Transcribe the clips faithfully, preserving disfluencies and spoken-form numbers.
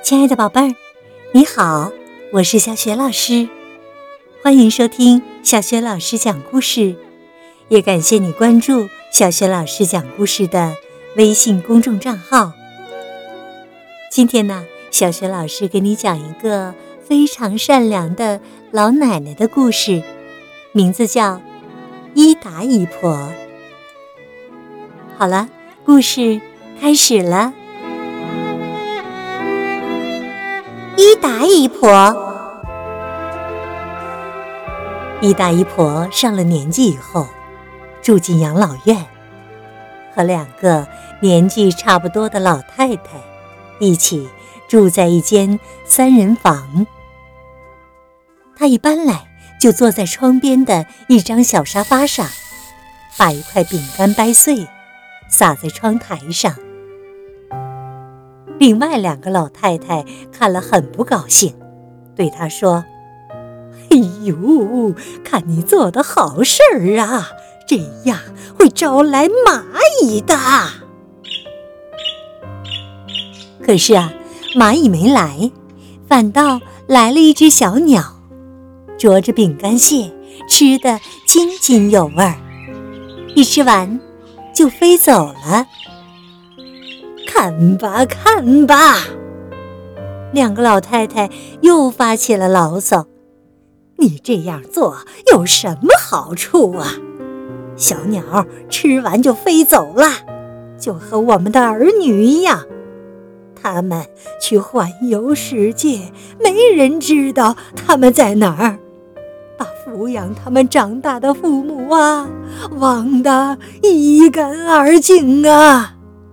亲爱的宝贝儿，你好，我是小雪老师，欢迎收听小雪老师讲故事，也感谢你关注小雪老师讲故事的微信公众账号。今天呢，小雪老师给你讲一个非常善良的老奶奶的故事，名字叫伊达姨婆。好了，故事开始了。伊达姨婆，伊达姨婆上了年纪以后，住进养老院，和两个年纪差不多的老太太一起住在一间三人房。她一搬来就坐在窗边的一张小沙发上，把一块饼干掰碎，撒在窗台上。另外两个老太太看了很不高兴，对她说：哎呦，看你做的好事儿啊，这样会招来蚂蚁的。可是啊，蚂蚁没来，反倒来了一只小鸟，啄着饼干屑，吃得津津有味儿，一吃完就飞走了。看吧看吧，两个老太太又发起了牢骚，你这样做有什么好处啊？小鸟吃完就飞走了，就和我们的儿女一样，他们去环游世界，没人知道他们在哪儿，把抚养他们长大的父母啊忘得一干二净啊。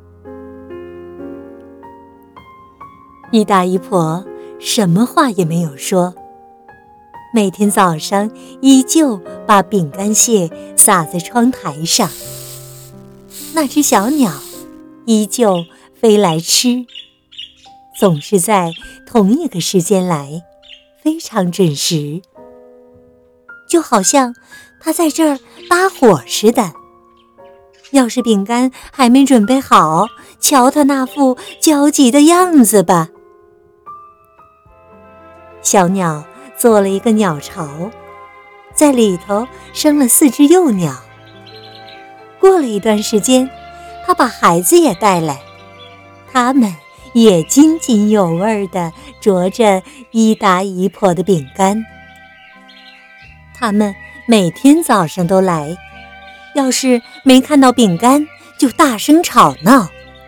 伊达姨婆什么话也没有说，每天早上依旧把饼干屑撒在窗台上，那只小鸟依旧飞来吃，总是在同一个时间来，非常准时，就好像它在这儿搭伙似的。要是饼干还没准备好，瞧它那副焦急的样子吧。小鸟做了一个鸟巢，在里头生了四只幼鸟。过了一段时间，它把孩子也带来，他们也津津有味地啄着伊达姨婆的饼干。他们每天早上都来，要是没看到饼干，就大声吵闹。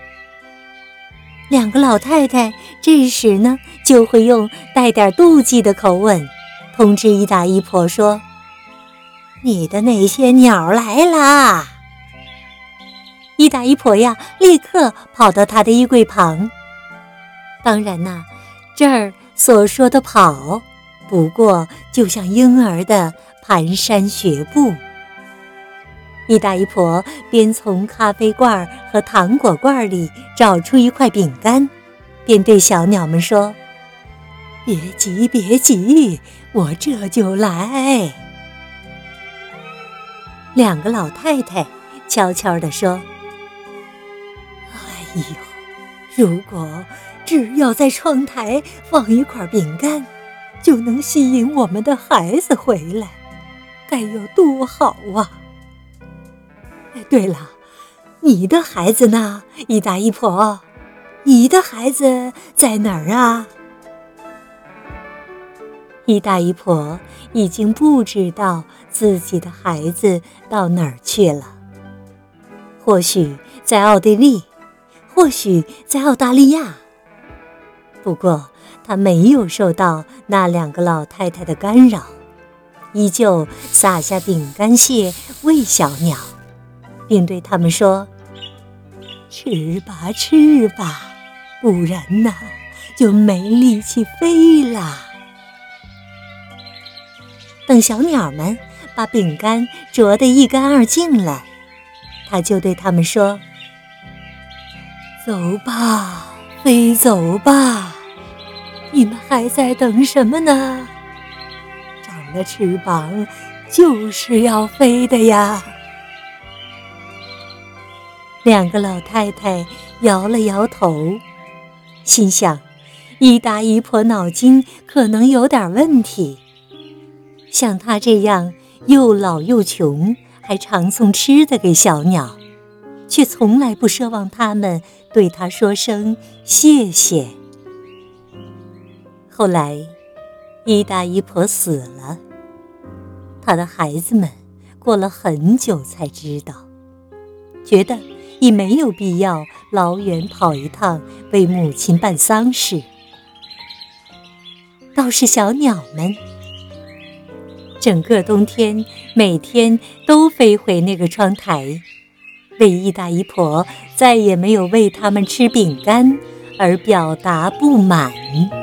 两个老太太这时呢，就会用带点妒忌的口吻通知伊达姨婆说：你的那些鸟来啦！伊达姨婆呀，立刻跑到她的衣柜旁。当然呐，这儿所说的跑，不过就像婴儿的蹒跚学步。伊达姨婆边从咖啡罐和糖果罐里找出一块饼干，便对小鸟们说：别急别急，我这就来。两个老太太悄悄地说：哎呦，如果只要在窗台放一块饼干，就能吸引我们的孩子回来，该有多好啊！哎，对了，你的孩子呢，伊达姨婆？你的孩子在哪儿啊？伊达姨婆已经不知道自己的孩子到哪儿去了，或许在奥地利，或许在澳大利亚。不过她没有受到那两个老太太的干扰，依旧撒下饼干屑喂小鸟，并对他们说：吃吧吃吧，不然呐就没力气飞啦。等小鸟们把饼干啄得一干二净了，他就对他们说：走吧飞走吧，你们还在等什么呢？长了翅膀就是要飞的呀。两个老太太摇了摇头，心想伊达姨婆脑筋可能有点问题。像她这样又老又穷，还常送吃的给小鸟，却从来不奢望它们对她说声谢谢。后来，伊达姨婆死了，她的孩子们过了很久才知道，觉得已没有必要老远跑一趟为母亲办丧事。倒是小鸟们，整个冬天每天都飞回那个窗台，为伊达姨婆再也没有喂它们吃饼干而表达不满。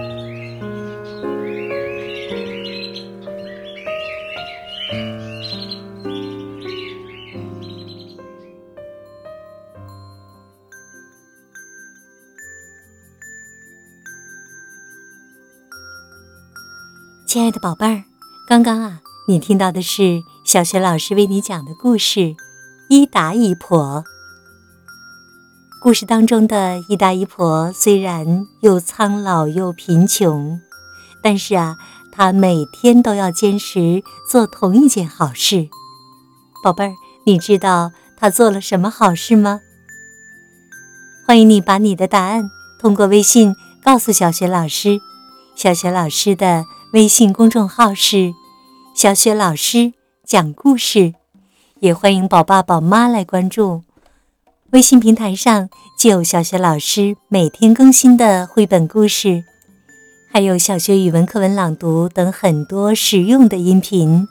亲爱的宝贝儿，刚刚啊，你听到的是小雪老师为你讲的故事《伊达姨婆》。故事当中的伊达姨婆虽然又苍老又贫穷，但是啊，她每天都要坚持做同一件好事。宝贝儿，你知道她做了什么好事吗？欢迎你把你的答案通过微信告诉小雪老师。小雪老师的微信公众号是小雪老师讲故事，也欢迎宝爸宝妈来关注。微信平台上既有小雪老师每天更新的绘本故事，还有小学语文课文朗读等很多实用的音频，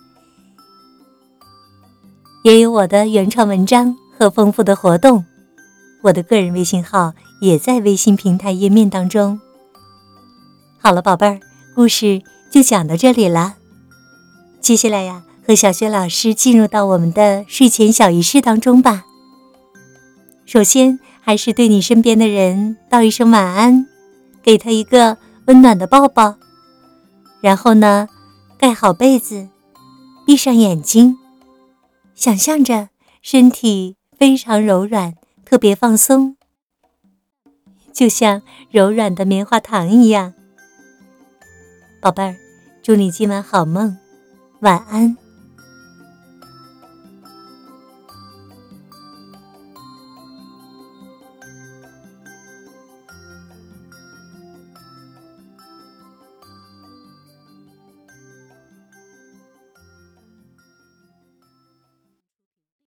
也有我的原创文章和丰富的活动。我的个人微信号也在微信平台页面当中。好了，宝贝儿，故事就讲到这里了。接下来呀，和小雪老师进入到我们的睡前小仪式当中吧。首先，还是对你身边的人道一声晚安，给他一个温暖的抱抱。然后呢，盖好被子，闭上眼睛，想象着身体非常柔软，特别放松，就像柔软的棉花糖一样。宝贝儿，祝你今晚好梦，晚安。